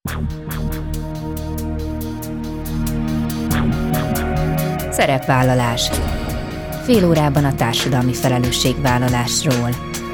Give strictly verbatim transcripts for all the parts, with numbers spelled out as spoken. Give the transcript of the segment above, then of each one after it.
Szerepvállalás. Fél órában a társadalmi felelősségvállalásról.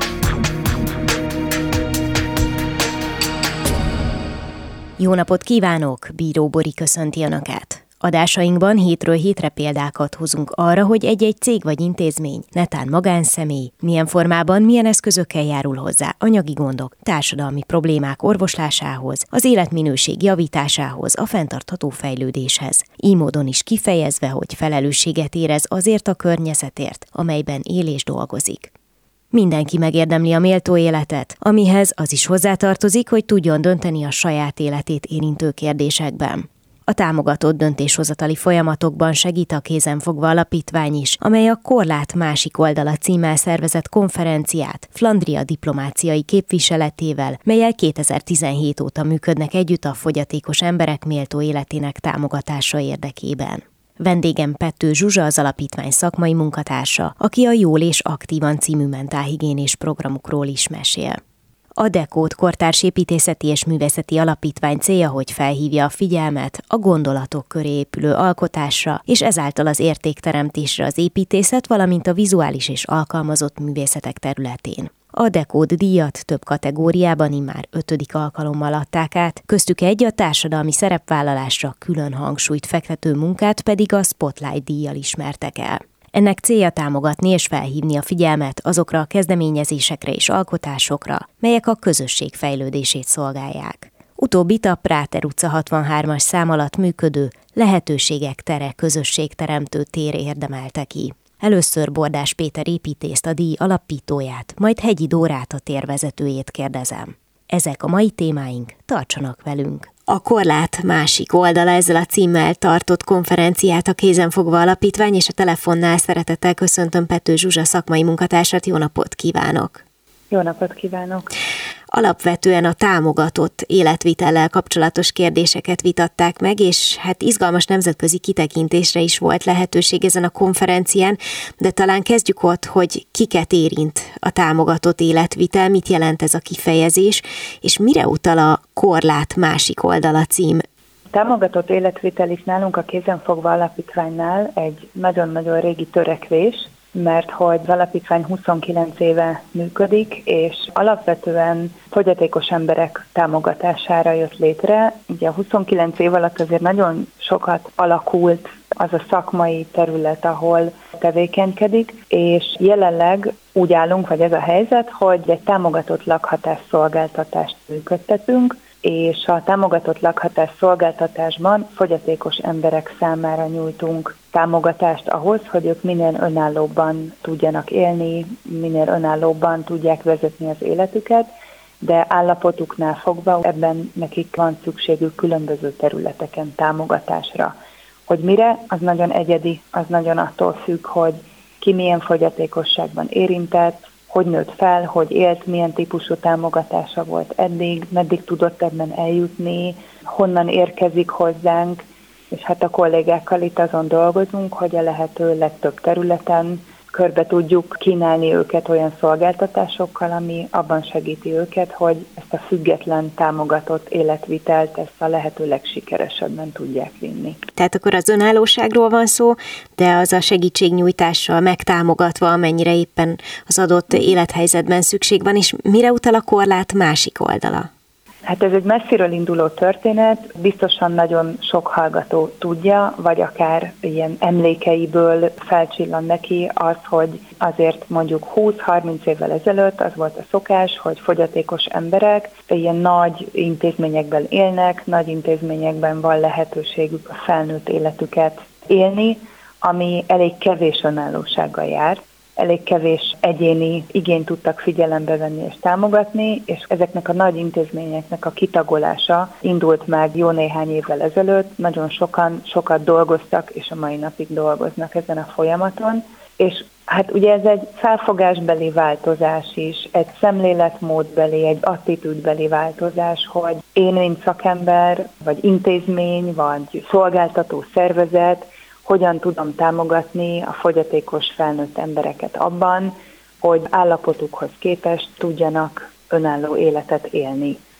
Jó napot kívánok! Bíró Bori köszönti Önöket! Adásainkban hétről hétre példákat hozunk arra, hogy egy-egy cég vagy intézmény, netán magánszemély, milyen formában, milyen eszközökkel járul hozzá anyagi gondok, társadalmi problémák orvoslásához, az életminőség javításához, a fenntartható fejlődéshez. Így módon is kifejezve, hogy felelősséget érez azért a környezetért, amelyben él és dolgozik. Mindenki megérdemli a méltó életet, amihez az is hozzátartozik, hogy tudjon dönteni a saját életét érintő kérdésekben. A támogatott döntéshozatali folyamatokban segít a Kézenfogva Alapítvány is, amely a Korlát másik oldala címmel szervezett konferenciát Flandria diplomáciai képviseletével, mellyel kétezer-tizenhét óta működnek együtt a fogyatékos emberek méltó életének támogatása érdekében. Vendégem Pettő Zsuzsa, az alapítvány szakmai munkatársa, aki a Jól és aktívan című mentálhigiénés programukról is mesél. A Dekód Kortárs Építészeti és Művészeti Alapítvány célja, hogy felhívja a figyelmet a gondolatok köré épülő alkotásra, és ezáltal az értékteremtésre az építészet, valamint a vizuális és alkalmazott művészetek területén. A Dekód díjat több kategóriában immár ötödik alkalommal adták át, köztük egy a társadalmi szerepvállalásra külön hangsúlyt fektető munkát pedig a Spotlight díjjal ismertek el. Ennek célja támogatni és felhívni a figyelmet azokra a kezdeményezésekre és alkotásokra, melyek a közösség fejlődését szolgálják. Utóbbit a Práter utca hatvanhármas szám alatt működő Lehetőségek tere közösségteremtő tér érdemelte ki. Először Bordás Péter építészt, a díj alapítóját, majd Hegyi Dórát, a térvezetőjét kérdezem. Ezek a mai témáink, tartsanak velünk! A Korlát másik oldala ezzel a címmel tartott konferenciát a Kézenfogva Alapítvány, és a telefonnál szeretettel köszöntöm Pettő Zsuzsa szakmai munkatársat. Jó napot kívánok! Jó napot kívánok! Alapvetően a támogatott életvitellel kapcsolatos kérdéseket vitatták meg, és hát izgalmas nemzetközi kitekintésre is volt lehetőség ezen a konferencián, de talán kezdjük ott, hogy kiket érint a támogatott életvitel, mit jelent ez a kifejezés, és mire utal a Korlát másik oldala cím. A támogatott életvitel is nálunk a Kézenfogva Alapítványnál egy nagyon-nagyon régi törekvés, mert hogy az alapítvány huszonkilenc éve működik, és alapvetően fogyatékos emberek támogatására jött létre. Ugye a huszonkilenc év alatt azért nagyon sokat alakult az a szakmai terület, ahol tevékenykedik, és jelenleg úgy állunk, vagy ez a helyzet, hogy egy támogatott lakhatás szolgáltatást működtetünk, és a támogatott lakhatás szolgáltatásban fogyatékos emberek számára nyújtunk támogatást ahhoz, hogy ők minél önállóbban tudjanak élni, minél önállóbban tudják vezetni az életüket, de állapotuknál fogva ebben nekik van szükségük különböző területeken támogatásra. Hogy mire, az nagyon egyedi, az nagyon attól függ, hogy ki milyen fogyatékosságban érintett, hogy nőtt fel, hogy élt, milyen típusú támogatása volt eddig, meddig tudott ebben eljutni, honnan érkezik hozzánk, és hát a kollégákkal itt azon dolgozunk, hogy a lehető legtöbb területen körbe tudjuk kínálni őket olyan szolgáltatásokkal, ami abban segíti őket, hogy ezt a független, támogatott életvitelt ezt a lehető legsikeresebben tudják vinni. Tehát akkor az önállóságról van szó, de az a segítségnyújtással megtámogatva, amennyire éppen az adott élethelyzetben szükség van, és mire utal a Korlát másik oldala? Hát ez egy messziről induló történet, biztosan nagyon sok hallgató tudja, vagy akár ilyen emlékeiből felcsillan neki az, hogy azért mondjuk húsz-harminc évvel ezelőtt az volt a szokás, hogy fogyatékos emberek ilyen nagy intézményekben élnek, nagy intézményekben van lehetőségük a felnőtt életüket élni, ami elég kevés önállósággal jár. Elég kevés egyéni igényt tudtak figyelembe venni és támogatni, és ezeknek a nagy intézményeknek a kitagolása indult meg jó néhány évvel ezelőtt. Nagyon sokan sokat dolgoztak, és a mai napig dolgoznak ezen a folyamaton. És hát ugye ez egy felfogásbeli változás is, egy szemléletmódbeli, egy attitűdbeli változás, hogy én, mint szakember, vagy intézmény, vagy szolgáltató szervezet, hogyan tudom támogatni a fogyatékos felnőtt embereket abban, hogy állapotukhoz képest tudjanak önálló életet élni.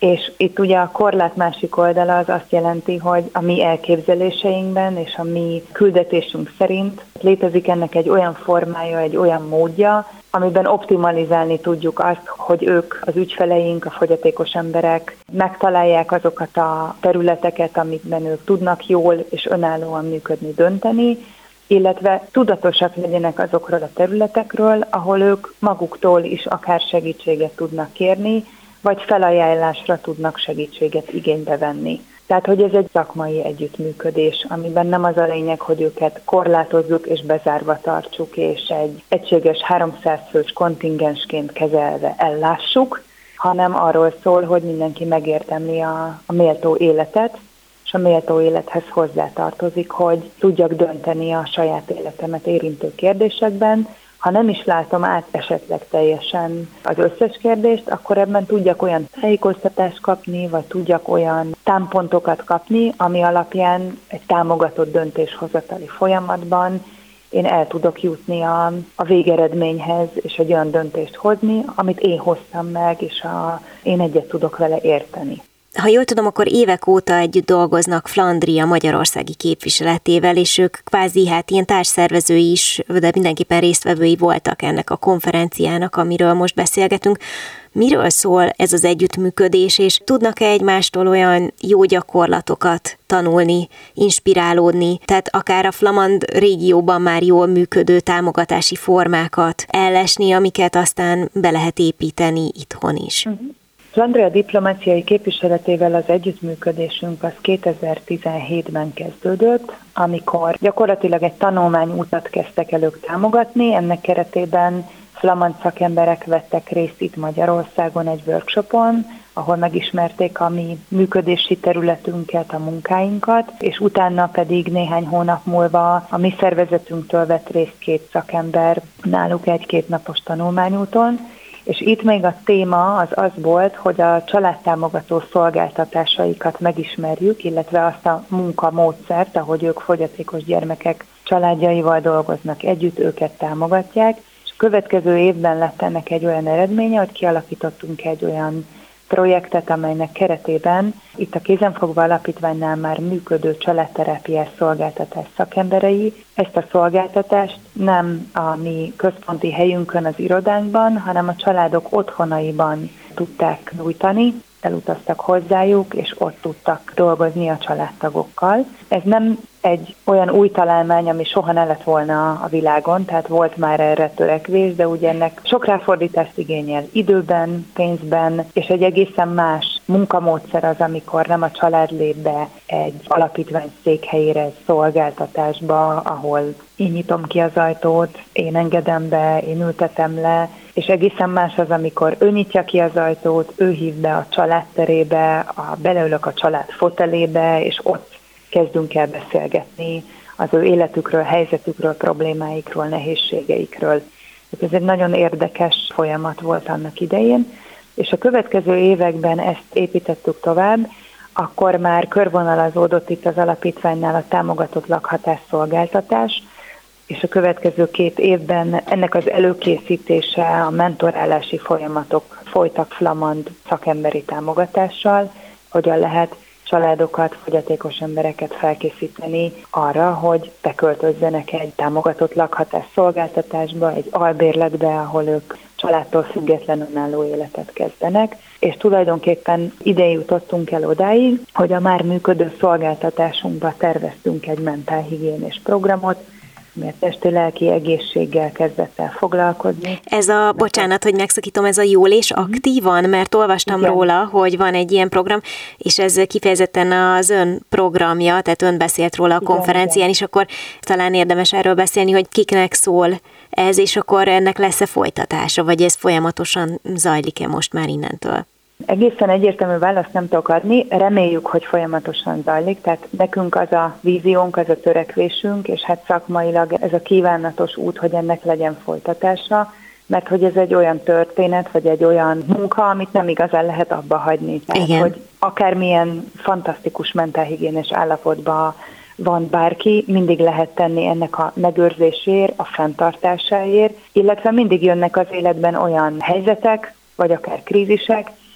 És itt ugye a korlát másik oldala az azt jelenti, hogy a mi elképzeléseinkben és a mi küldetésünk szerint létezik ennek egy olyan formája, egy olyan módja, amiben optimalizálni tudjuk azt, hogy ők, az ügyfeleink, a fogyatékos emberek megtalálják azokat a területeket, amikben ők tudnak jól és önállóan működni, dönteni, illetve tudatosak legyenek azokról a területekről, ahol ők maguktól is akár segítséget tudnak kérni, vagy felajánlásra tudnak segítséget igénybe venni. Tehát, hogy ez egy szakmai együttműködés, amiben nem az a lényeg, hogy őket korlátozzuk és bezárva tartsuk, és egy egységes háromszáz fős kontingensként kezelve ellássuk, hanem arról szól, hogy mindenki megérdemli a, a méltó életet, és a méltó élethez hozzátartozik, hogy tudjak dönteni a saját életemet érintő kérdésekben. Ha nem is látom át esetleg teljesen az összes kérdést, akkor ebben tudjak olyan tájékoztatást kapni, vagy tudjak olyan támpontokat kapni, ami alapján egy támogatott döntéshozatali folyamatban én el tudok jutni a, a végeredményhez, és egy olyan döntést hozni, amit én hoztam meg, és a, én egyet tudok vele érteni. Ha jól tudom, akkor évek óta együtt dolgoznak Flandria magyarországi képviseletével, és ők kvázi hát ilyen társszervezői is, de mindenképpen résztvevői voltak ennek a konferenciának, amiről most beszélgetünk. Miről szól ez az együttműködés, és tudnak-e egymástól olyan jó gyakorlatokat tanulni, inspirálódni, tehát akár a flamand régióban már jól működő támogatási formákat ellesni, amiket aztán be lehet építeni itthon is? Uh-huh. Flandria diplomáciai képviseletével az együttműködésünk az kétezer-tizenhétben kezdődött, amikor gyakorlatilag egy tanulmányútat kezdtek el ők támogatni. Ennek keretében flamand szakemberek vettek részt itt Magyarországon egy workshopon, ahol megismerték a mi működési területünket, a munkáinkat, és utána pedig néhány hónap múlva a mi szervezetünktől vett részt két szakember náluk egy-két napos tanulmányúton. És itt még a téma az az volt, hogy a családtámogató szolgáltatásaikat megismerjük, illetve azt a munkamódszert, ahogy ők fogyatékos gyermekek családjaival dolgoznak együtt, őket támogatják. És a következő évben lett ennek egy olyan eredménye, hogy kialakítottunk egy olyan projektet, amelynek keretében itt a Kézenfogva Alapítványnál már működő családterápiás szolgáltatás szakemberei ezt a szolgáltatást nem a mi központi helyünkön, az irodánkban, hanem a családok otthonaiban tudták nyújtani, elutaztak hozzájuk, és ott tudtak dolgozni a családtagokkal. Ez nem egy olyan új találmány, ami soha ne lett volna a világon, tehát volt már erre törekvés, de ugye ennek sok ráfordítást igényel időben, pénzben, és egy egészen más munkamódszer az, amikor nem a család lép be egy alapítvány székhelyére, egy szolgáltatásba, ahol én nyitom ki az ajtót, én engedem be, én ültetem le, és egészen más az, amikor ő nyitja ki az ajtót, ő hív be a családterébe, a, beleülök a család fotelébe, és ott kezdünk el beszélgetni az ő életükről, helyzetükről, problémáikról, nehézségeikről. Ez egy nagyon érdekes folyamat volt annak idején, és a következő években ezt építettük tovább, akkor már körvonalazódott itt az alapítványnál a támogatott lakhatásszolgáltatás, és a következő két évben ennek az előkészítése, a mentorálási folyamatok folytak flamand szakemberi támogatással, hogyan lehet családokat, fogyatékos embereket felkészíteni arra, hogy beköltözzenek egy támogatott lakhatás szolgáltatásba, egy albérletbe, ahol ők családtól független önálló életet kezdenek, és tulajdonképpen ide jutottunk el odáig, hogy a már működő szolgáltatásunkba terveztünk egy mentálhigiénés programot, mert testi-lelki egészséggel kezdett el foglalkozni. Ez a, bocsánat, hogy megszakítom, ez a jólés aktívan, mert olvastam Igen. róla, hogy van egy ilyen program, és ez kifejezetten az ön programja, tehát ön beszélt róla a Igen, konferencián is, akkor talán érdemes erről beszélni, hogy kiknek szól ez, és akkor ennek lesz-e folytatása, vagy ez folyamatosan zajlik-e most már innentől? Egészen egyértelmű választ nem tudok adni, reméljük, hogy folyamatosan zajlik, tehát nekünk az a víziónk, az a törekvésünk, és hát szakmailag ez a kívánatos út, hogy ennek legyen folytatása, mert hogy ez egy olyan történet, vagy egy olyan munka, amit nem igazán lehet abba hagyni. Tehát, Igen. hogy akármilyen fantasztikus mentálhigiénés állapotban van bárki, mindig lehet tenni ennek a megőrzéséért, a fenntartásáért, illetve mindig jönnek az életben olyan helyzetek, vagy akár krízisek,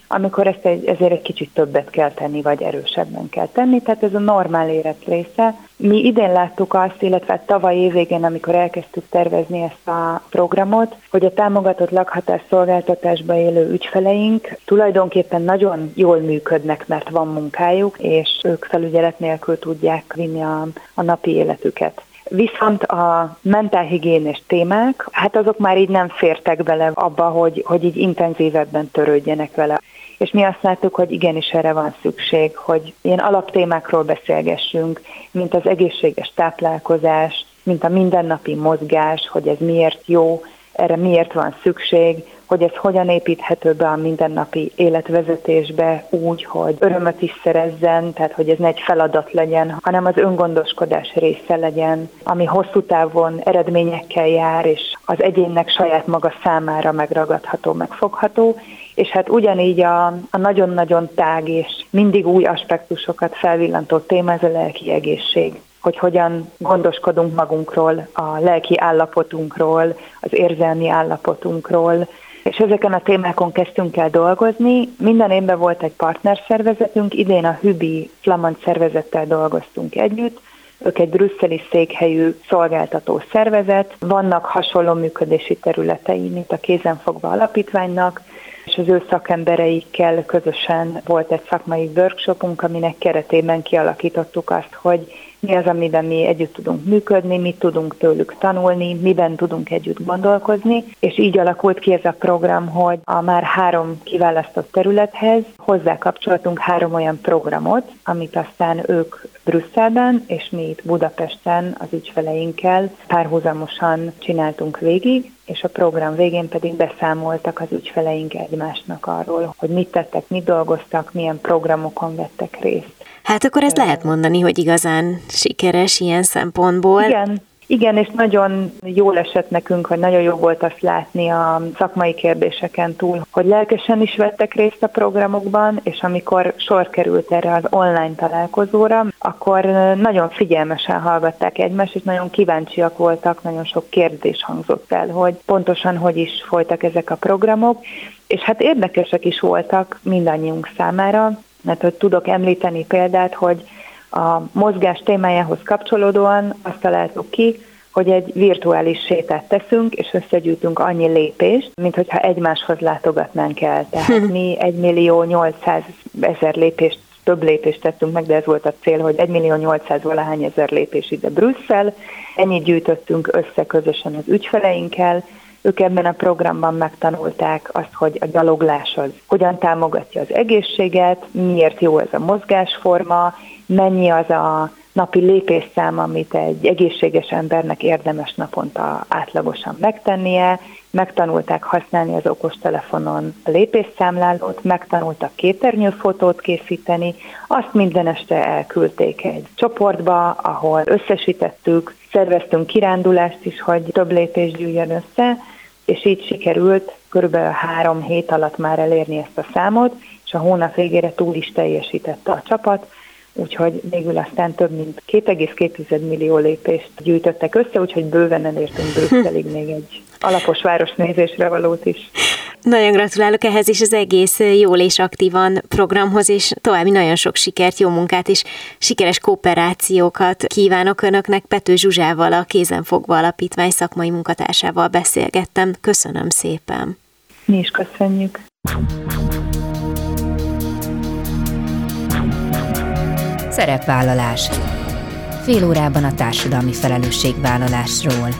amikor ezt egy, ezért egy kicsit többet kell tenni, vagy erősebben kell tenni, tehát ez a normál élet része. Mi idén láttuk azt, illetve tavaly évvégén, amikor elkezdtük tervezni ezt a programot, hogy a támogatott lakhatás szolgáltatásba élő ügyfeleink tulajdonképpen nagyon jól működnek, mert van munkájuk, és ők felügyelet nélkül tudják vinni a, a napi életüket. Viszont a mentálhigiénés témák, hát azok már így nem fértek bele abba, hogy, hogy így intenzívebben törődjenek vele. És mi azt láttuk, hogy igenis erre van szükség, hogy ilyen alaptémákról beszélgessünk, mint az egészséges táplálkozás, mint a mindennapi mozgás, hogy ez miért jó, erre miért van szükség, hogy ez hogyan építhető be a mindennapi életvezetésbe úgy, hogy örömöt is szerezzen, tehát hogy ez ne egy feladat legyen, hanem az öngondoskodás része legyen, ami hosszú távon eredményekkel jár, és az egyénnek saját maga számára megragadható, megfogható, és hát ugyanígy a, a nagyon-nagyon tág és mindig új aspektusokat felvillantó téma ez a lelki egészség. Hogy hogyan gondoskodunk magunkról, a lelki állapotunkról, az érzelmi állapotunkról, és ezeken a témákon kezdtünk el dolgozni. Minden évben volt egy partnerszervezetünk, idén a Hübi flamand szervezettel dolgoztunk együtt, ők egy brüsszeli székhelyű szolgáltató szervezet, vannak hasonló működési területei, mint a Kézenfogva Alapítványnak, és az ő szakembereikkel közösen volt egy szakmai workshopunk, aminek keretében kialakítottuk azt, hogy mi az, amiben mi együtt tudunk működni, mit tudunk tőlük tanulni, miben tudunk együtt gondolkozni, és így alakult ki ez a program, hogy a már három kiválasztott területhez hozzákapcsoltunk három olyan programot, amit aztán ők Brüsszelben, és mi itt Budapesten az ügyfeleinkkel párhuzamosan csináltunk végig, és a program végén pedig beszámoltak az ügyfeleink egymásnak arról, hogy mit tettek, mit dolgoztak, milyen programokon vettek részt. Hát akkor ezt lehet mondani, hogy igazán sikeres ilyen szempontból. Igen. Igen, és nagyon jól esett nekünk, hogy nagyon jó volt azt látni a szakmai kérdéseken túl, hogy lelkesen is vettek részt a programokban, és amikor sor került erre az online találkozóra, akkor nagyon figyelmesen hallgatták egymást, és nagyon kíváncsiak voltak, nagyon sok kérdés hangzott el, hogy pontosan hogy is folytak ezek a programok, és hát érdekesek is voltak mindannyiunk számára, mert hogy tudok említeni példát, hogy a mozgás témájához kapcsolódóan azt találtuk ki, hogy egy virtuális sétát teszünk, és összegyűjtünk annyi lépést, mint hogyha egymáshoz látogatnánk el. Tehát mi egymillió nyolcszázezer lépést, több lépést tettünk meg, de ez volt a cél, hogy egymillió nyolcszáz valahány ezer lépés ide Brüsszel. Ennyit gyűjtöttünk össze közösen az ügyfeleinkkel. Ők ebben a programban megtanulták azt, hogy a gyaloglás az hogyan támogatja az egészséget, miért jó ez a mozgásforma, mennyi az a napi lépésszám, amit egy egészséges embernek érdemes naponta átlagosan megtennie, megtanulták használni az okostelefonon a lépésszámlálót, megtanultak képernyőfotót készíteni, azt minden este elküldték egy csoportba, ahol összesítettük, szerveztünk kirándulást is, hogy több lépés gyűjjön össze, és így sikerült körülbelül három hét alatt már elérni ezt a számot, és a hónap végére túl is teljesítette a csapat, úgyhogy végül aztán több mint két egész két millió lépést gyűjtöttek össze, úgyhogy bőven elértünk Brüsszelig még egy alapos városnézésre valót is. Nagyon gratulálok ehhez is az egész Jól és Aktívan programhoz, és további nagyon sok sikert, jó munkát és sikeres kooperációkat kívánok Önöknek. Pető Zsuzsával, a Kézenfogva Alapítvány szakmai munkatársával beszélgettem. Köszönöm szépen. Mi is köszönjük. Szerepvállalás. Fél órában a társadalmi felelősségvállalásról.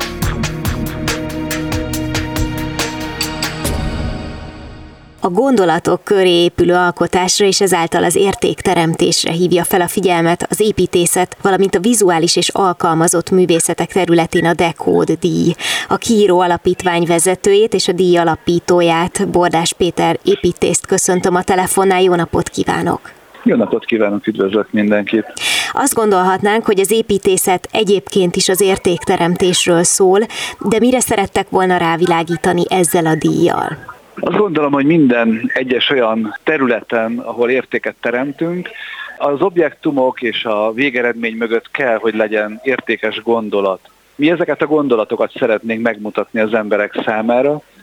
A gondolatok köré épülő alkotásra és ezáltal az értékteremtésre hívja fel a figyelmet az építészet, valamint a vizuális és alkalmazott művészetek területén a Dekód díj. A Kiíró Alapítvány vezetőjét és a díj alapítóját, Bordás Péter építészt köszöntöm a telefonnál. Jó napot kívánok! Jó napot kívánok, üdvözlök mindenkit! Azt gondolhatnánk, hogy az építészet egyébként is az értékteremtésről szól, de mire szerettek volna rávilágítani ezzel a díjjal? Azt gondolom, hogy minden egyes olyan területen, ahol értéket teremtünk, az objektumok és a végeredmény mögött kell, hogy legyen értékes gondolat. Mi ezeket a gondolatokat szeretnénk megmutatni az emberek számára,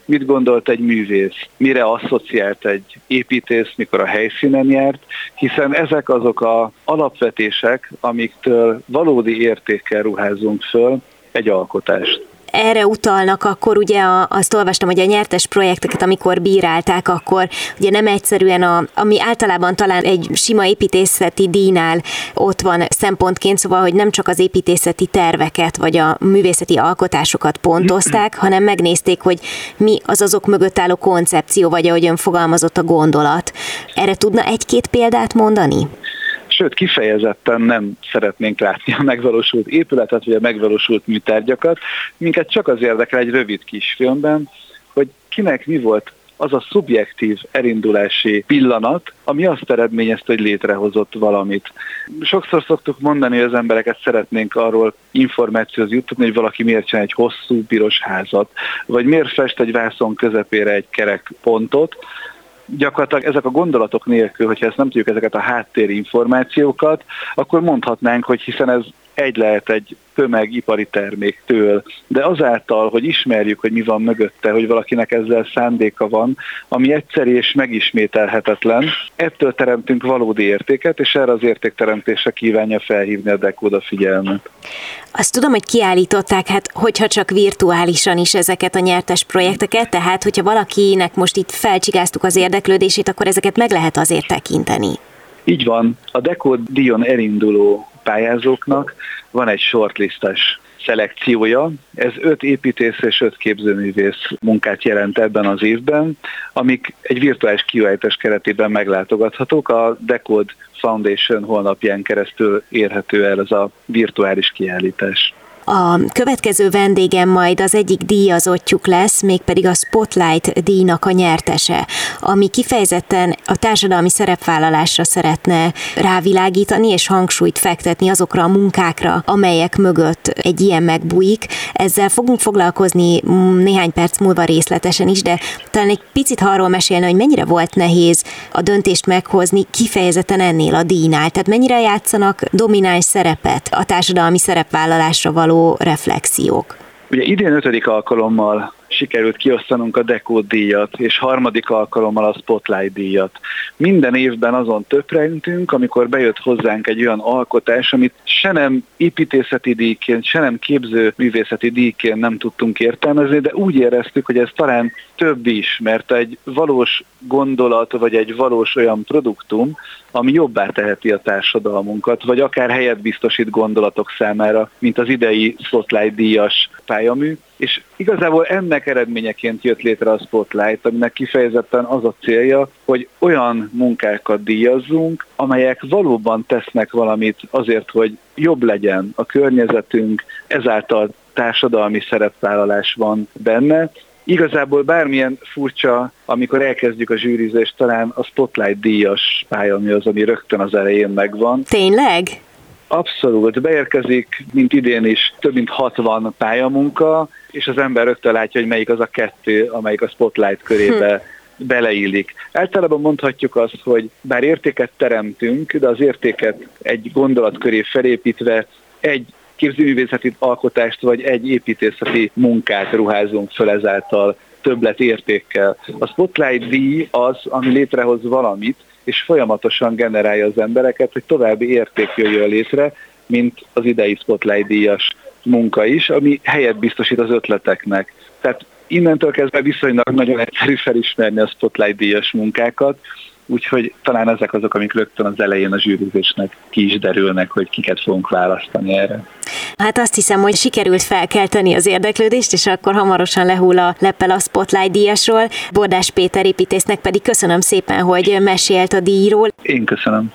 mit gondolt egy művész, mire asszociált egy építész, mikor a helyszínen járt, hiszen ezek azok az alapvetések, amiktől valódi értékkel ruházunk föl egy alkotást. Erre utalnak akkor, ugye a, azt olvastam, hogy a nyertes projekteket, amikor bírálták, akkor ugye nem egyszerűen, a, ami általában talán egy sima építészeti díjnál ott van szempontként, szóval, hogy nem csak az építészeti terveket, vagy a művészeti alkotásokat pontozták, hanem megnézték, hogy mi az azok mögött álló koncepció, vagy ahogy ön fogalmazott a gondolat. Erre tudna egy-két példát mondani? Sőt, kifejezetten nem szeretnénk látni a megvalósult épületet, vagy a megvalósult műtárgyakat. Minket csak az érdekel egy rövid kisfilmben, hogy kinek mi volt az a szubjektív elindulási pillanat, ami azt eredményezte, hogy létrehozott valamit. Sokszor szoktuk mondani, hogy az embereket szeretnénk arról információhoz juttatni, hogy valaki miért csinál egy hosszú piros házat, vagy miért fest egy vászon közepére egy kerek pontot. Gyakorlatilag ezek a gondolatok nélkül, hogyha ezt nem tudjuk, ezeket a háttérinformációkat, akkor mondhatnánk, hogy hiszen ez egy lehet egy tömegipari terméktől, de azáltal, hogy ismerjük, hogy mi van mögötte, hogy valakinek ezzel szándéka van, ami egyszerű és megismételhetetlen, ettől teremtünk valódi értéket, és erre az értékteremtésre kívánja felhívni a Decode a figyelmet. Azt tudom, hogy kiállították, hát hogyha csak virtuálisan is ezeket a nyertes projekteket, tehát hogyha valakinek most itt felcsigáztuk az érdeklődését, akkor ezeket meg lehet azért tekinteni. Így van. A Decode díjon elinduló pályázóknak van egy shortlistes szelekciója. Ez öt építész és öt képzőművész munkát jelent ebben az évben, amik egy virtuális kiállítás keretében meglátogathatók. A Decode Foundation honlapján keresztül érhető el ez a virtuális kiállítás. A következő vendégem majd az egyik díjazottjuk lesz, mégpedig a Spotlight díjnak a nyertese, ami kifejezetten a társadalmi szerepvállalásra szeretne rávilágítani és hangsúlyt fektetni azokra a munkákra, amelyek mögött egy ilyen megbújik. Ezzel fogunk foglalkozni néhány perc múlva részletesen is, de talán egy picit arról mesélni, hogy mennyire volt nehéz a döntést meghozni kifejezetten ennél a díjnál. Tehát mennyire játszanak domináns szerepet a társadalmi szerepvállalásra való reflexiók. Ugye idén ötödik alkalommal sikerült kiosztanunk a Decode díjat, és harmadik alkalommal a Spotlight díjat. Minden évben azon töprengtünk, amikor bejött hozzánk egy olyan alkotás, amit se nem építészeti díjként, se nem képzőművészeti díjként nem tudtunk értelmezni, de úgy éreztük, hogy ez talán több is, mert egy valós gondolat, vagy egy valós olyan produktum, ami jobbá teheti a társadalmunkat, vagy akár helyet biztosít gondolatok számára, mint az idei Spotlight díjas pályamű. És igazából ennek eredményeként jött létre a Spotlight, aminek kifejezetten az a célja, hogy olyan munkákat díjazzunk, amelyek valóban tesznek valamit azért, hogy jobb legyen a környezetünk, ezáltal társadalmi szerepvállalás van benne. Igazából bármilyen furcsa, amikor elkezdjük a zsűrizést, talán a Spotlight díjas pályamű az, ami rögtön az elején megvan. Tényleg? Abszolút. Beérkezik, mint idén is, több mint hatvan pályamunka, és az ember rögtön látja, hogy melyik az a kettő, amelyik a Spotlight körébe hm. beleillik. Általában mondhatjuk azt, hogy bár értéket teremtünk, de az értéket egy gondolat köré felépítve egy képzőművészeti alkotást vagy egy építészeti munkát ruházunk föl ezáltal többlet értékkel. A Spotlight díj az, ami létrehoz valamit, és folyamatosan generálja az embereket, hogy további érték jöjjön létre, mint az idei Spotlight díjas munka is, ami helyet biztosít az ötleteknek. Tehát innentől kezdve viszonylag nagyon egyszerű felismerni a Spotlight díjas munkákat, úgyhogy talán ezek azok, amik rögtön az elején a zsűrizésnek ki is derülnek, hogy kiket fogunk választani erre. Hát azt hiszem, hogy sikerült felkelteni az érdeklődést, és akkor hamarosan lehull a leppel a Spotlight díjasról. Bordás Péter építésznek pedig köszönöm szépen, hogy mesélt a díjról. Én köszönöm.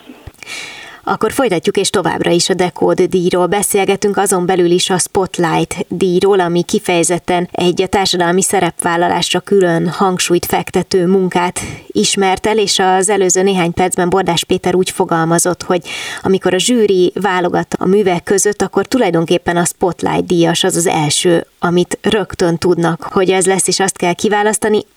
Akkor folytatjuk, és továbbra is a Decode díjról beszélgetünk, azon belül is a Spotlight díjról, ami kifejezetten egy a társadalmi szerepvállalásra külön hangsúlyt fektető munkát ismert el, és az előző néhány percben Bordás Péter úgy fogalmazott, hogy amikor a zsűri válogat a művek között, akkor tulajdonképpen a Spotlight díjas az az első, amit rögtön tudnak, hogy ez lesz, és azt kell kiválasztani.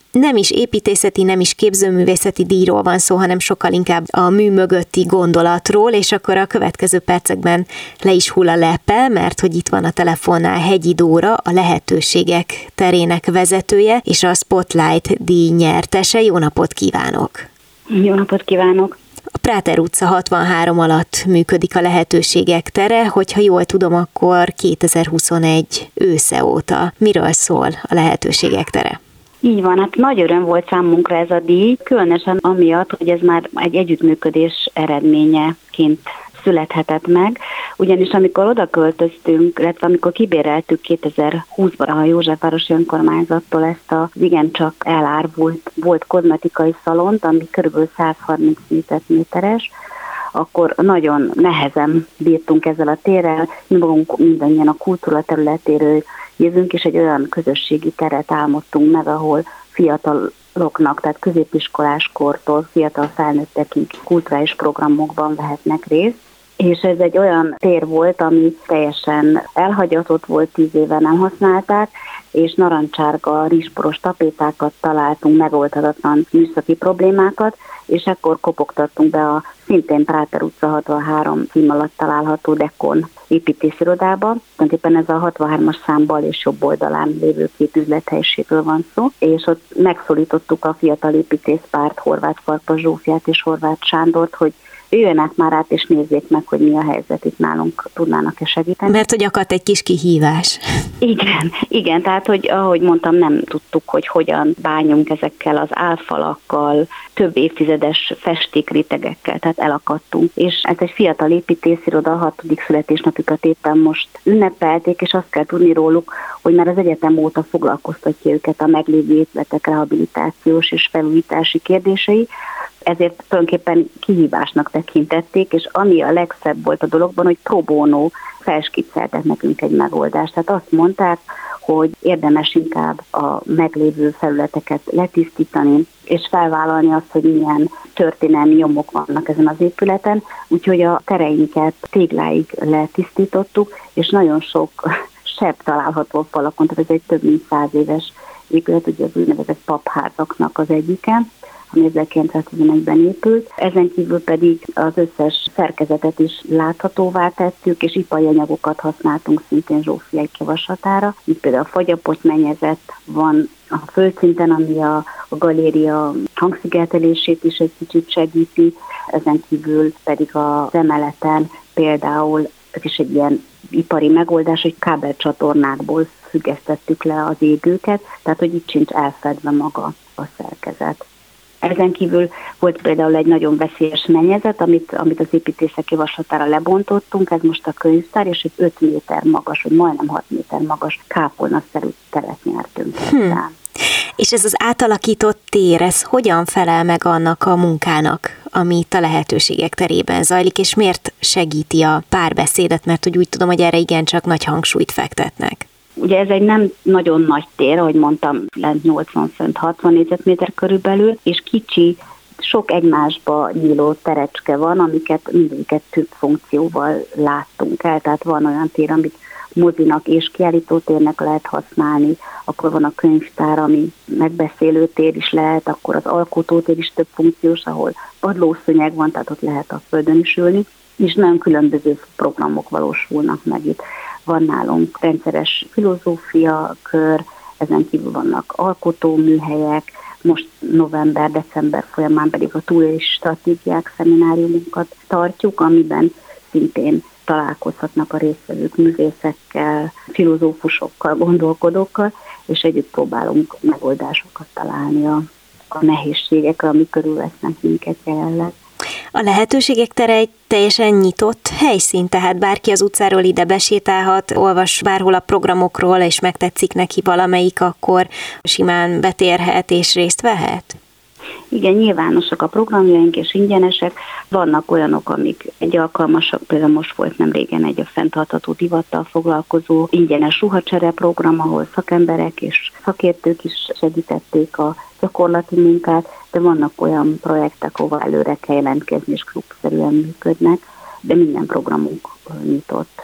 nem is építészeti, nem is képzőművészeti díjról van szó, hanem sokkal inkább a mű mögötti gondolatról, és akkor a következő percekben le is hull a lepe, mert hogy itt van a telefonnál Hegyi Dóra, a Lehetőségek terének vezetője, és a Spotlight díj nyertese. Jó napot kívánok! Jó napot kívánok! A Práter utca hatvanhárom alatt működik a Lehetőségek tere, hogyha jól tudom, akkor kétezer-huszonegy ősze óta. Miről szól a Lehetőségek tere? Így van, hát nagy öröm volt számunkra ez a díj, különösen amiatt, hogy ez már egy együttműködés eredményeként születhetett meg, ugyanis amikor oda költöztünk, illetve amikor kibéreltük kétezer-húszban a Józsefvárosi Önkormányzattól ezt az igencsak elárvult volt kozmetikai szalont, ami kb. százharminc négyzetméteres, akkor nagyon nehezen bírtunk ezzel a térrel, mi magunk mindannyian a kultúra területéről jövünk, és egy olyan közösségi teret álmodtunk meg, ahol fiataloknak, tehát középiskolás kortól fiatal felnőttekig kulturális programokban vehetnek részt. És ez egy olyan tér volt, ami teljesen elhagyatott volt, tíz éve nem használták, és narancsárga, rizsporos tapétákat találtunk, megoldhatatlan műszaki problémákat, és akkor kopogtattunk be a szintén Práter utca hatvanhárom cím alatt található Dekon építészirodába. Tulajdonképpen ez a hatvanhármas szám bal és jobb oldalán lévő két üzlethelyiségről van szó, és ott megszólítottuk a fiatal építészpárt, Horváth Farkas Zsófiát és Horváth Sándort, hogy jöjjenek már át, és nézzék meg, hogy mi a helyzet itt nálunk, tudnának-e segíteni. Mert hogy akadt egy kis kihívás. Igen, igen, tehát, hogy ahogy mondtam, nem tudtuk, hogy hogyan bánjunk ezekkel az álfalakkal, több évtizedes festékrétegekkel, tehát elakadtunk. És ez egy fiatal építésziroda, a hatodik születésnapjukat éppen most ünnepelték, és azt kell tudni róluk, hogy már az egyetem óta foglalkoztatja őket a meglévő épületek rehabilitációs és felújítási kérdései, ezért tulajdonképpen kihívásnak tekintették, és ami a legszebb volt a dologban, hogy pro bono felskicceltek nekünk egy megoldást. Tehát azt mondták, hogy érdemes inkább a meglévő felületeket letisztítani, és felvállalni azt, hogy milyen történelmi nyomok vannak ezen az épületen, úgyhogy a tereinket tégláig letisztítottuk, és nagyon sok sebb található a falakon, tehát ez egy több mint száz éves épület, ugye az úgynevezett papházaknak az egyike, ami ezerkilencszáztizenegyben épült. Ezen kívül pedig az összes szerkezetet is láthatóvá tettük, és ipari anyagokat használtunk szintén Zsófia egy javaslatára. Itt például a fagyapott mennyezet van a földszinten, ami a, a galéria hangszigetelését is egy kicsit segíti, ezen kívül pedig az emeleten például ez is egy ilyen ipari megoldás, hogy kábelcsatornákból függesztettük le az égőket, tehát hogy itt sincs elfedve maga a szerkezet. Ezen kívül volt például egy nagyon veszélyes mennyezet, amit, amit az építészek javaslatára lebontottunk, ez most a könyvtár, és egy öt méter magas, vagy majdnem hat méter magas kápolnaszerű teret nyertünk hmm. ezzel. És ez az átalakított tér, ez hogyan felel meg annak a munkának, ami itt a Lehetőségek terében zajlik, és miért segíti a párbeszédet, mert hogy úgy tudom, hogy erre igencsak nagy hangsúlyt fektetnek. Ugye ez egy nem nagyon nagy tér, ahogy mondtam, lent nyolcvan fönt hatvan négyzetméter körülbelül, és kicsi, sok egymásba nyíló terecske van, amiket mindegyiket több funkcióval láttunk el. Tehát van olyan tér, amit mozinak és kiállítótérnek lehet használni, akkor van a könyvtár, ami megbeszélő tér is lehet, akkor az alkotótér is több funkciós, ahol padlószőnyeg van, tehát ott lehet a földön is ülni, és nagyon különböző programok valósulnak meg itt. Van nálunk rendszeres filozófia kör, ezen kívül vannak alkotóműhelyek, most november-december folyamán pedig a túlélési stratégiák szemináriumunkat tartjuk, amiben szintén találkozhatnak a résztvevők művészekkel, filozófusokkal, gondolkodókkal, és együtt próbálunk megoldásokat találni a, a nehézségekre, ami körülvesznek minket jelenleg. A Lehetőségek tere egy teljesen nyitott helyszín, tehát bárki az utcáról ide besétálhat, olvas bárhol a programokról, és megtetszik neki valamelyik, akkor simán betérhet és részt vehet? Igen, nyilvánosak a programjaink és ingyenesek. Vannak olyanok, amik egy alkalmasak, például most volt nem régen egy a fenntartható divattal foglalkozó ingyenes ruhacsere program, ahol szakemberek és szakértők is segítették a gyakorlati munkát, de vannak olyan projektek, ahol előre kell jelentkezni és klubszerűen működnek, de minden programunk nyitott.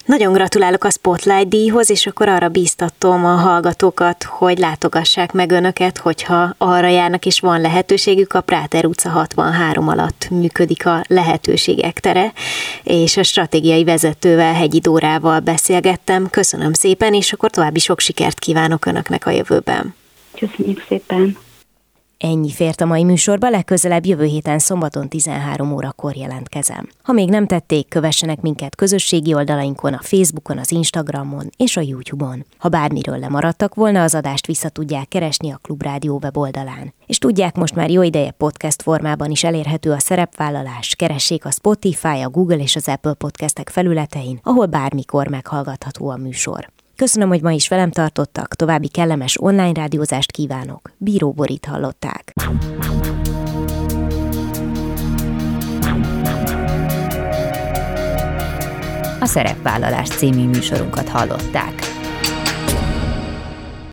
Nagyon gratulálok a Spotlight díjhoz, és akkor arra bíztatom a hallgatókat, hogy látogassák meg önöket, hogyha arra járnak és van lehetőségük. A Práter utca hatvanhárom alatt működik a Lehetőségek tere, és a stratégiai vezetővel, Hegyi Dórával beszélgettem. Köszönöm szépen, és akkor további sok sikert kívánok önöknek a jövőben. Köszönjük szépen! Ennyi fért a mai műsorba, legközelebb jövő héten szombaton tizenhárom órakor jelentkezem. Ha még nem tették, kövessenek minket közösségi oldalainkon, a Facebookon, az Instagramon és a YouTube-on. Ha bármiről lemaradtak volna, az adást vissza tudják keresni a Klubrádió weboldalán. És tudják, most már jó ideje podcast formában is elérhető a Szerepvállalás. Keressék a Spotify, a Google és az Apple podcastek felületein, ahol bármikor meghallgatható a műsor. Köszönöm, hogy ma is velem tartottak, további kellemes online rádiózást kívánok. Bíró Borit hallották. A Szerepvállalás című műsorunkat hallották.